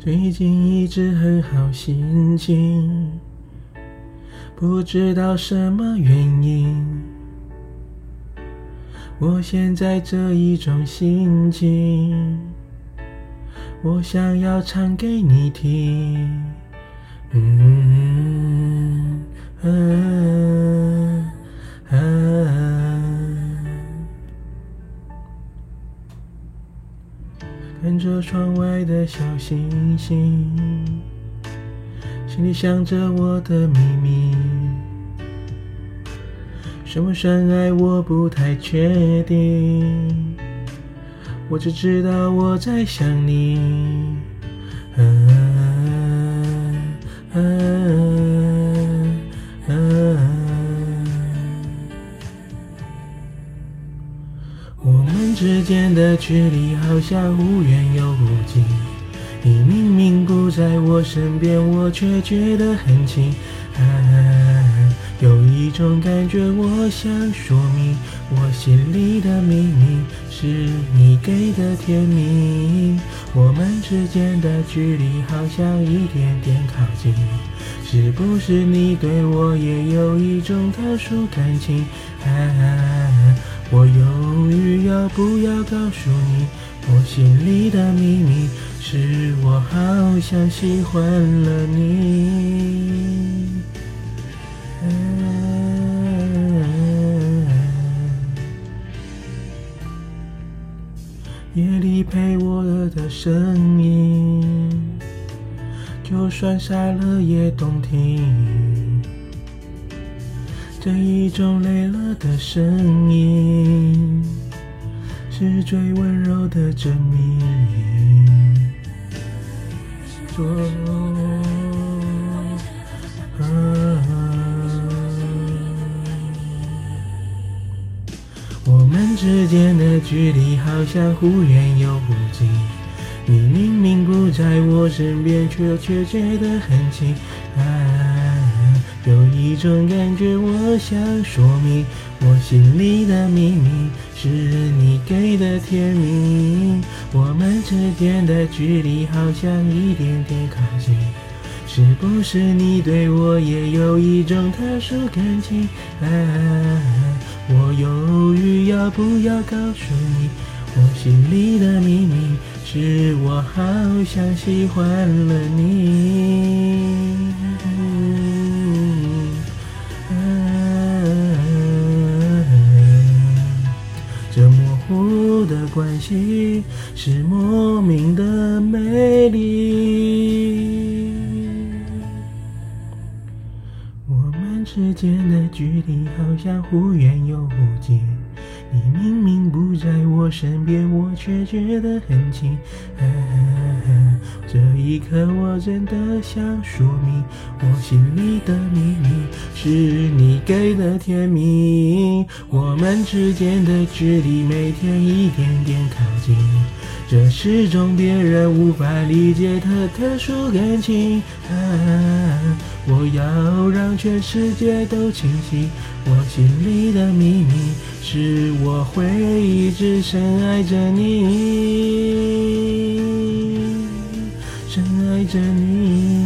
最近一直很好心情，不知道什么原因。我现在这一种心情，我想要唱给你听。看着窗外的小星星，心里想着我的秘密。什么算爱我不太确定，我只知道我在想你。我们之间的距离好像忽远又忽近，你明明不在我身边，我却觉得很近。有一种感觉，我想说明，我心里的秘密是你给的甜蜜。我们之间的距离好像一点点靠近，是不是你对我也有一种特殊感情？我犹豫要不要告诉你，我心里的秘密是我好像喜欢了你。夜里陪我的声音，就算傻了也动听。这一种累了的声音，是最温柔的证明。我们之间的距离好像忽远又忽近，你明明不在我身边，却觉得很近。有一种感觉，我想说明，我心里的秘密是你给的甜蜜。我们之间的距离好像一点点靠近，是不是你对我也有一种特殊感情？我犹豫要不要告诉你，我心里的秘密是我好像喜欢了你。这模糊的关系是莫名的美丽，我们之间的距离好像忽远又忽近，你明明不在我身边，我却觉得很近。这一刻我真的想说明，我心里的秘密是你给的甜蜜。我们之间的距离每天一点点靠近，这是种别人无法理解的特殊感情。我要让全世界都清晰，我心里的秘密是我会一直深爱着你，深爱着你。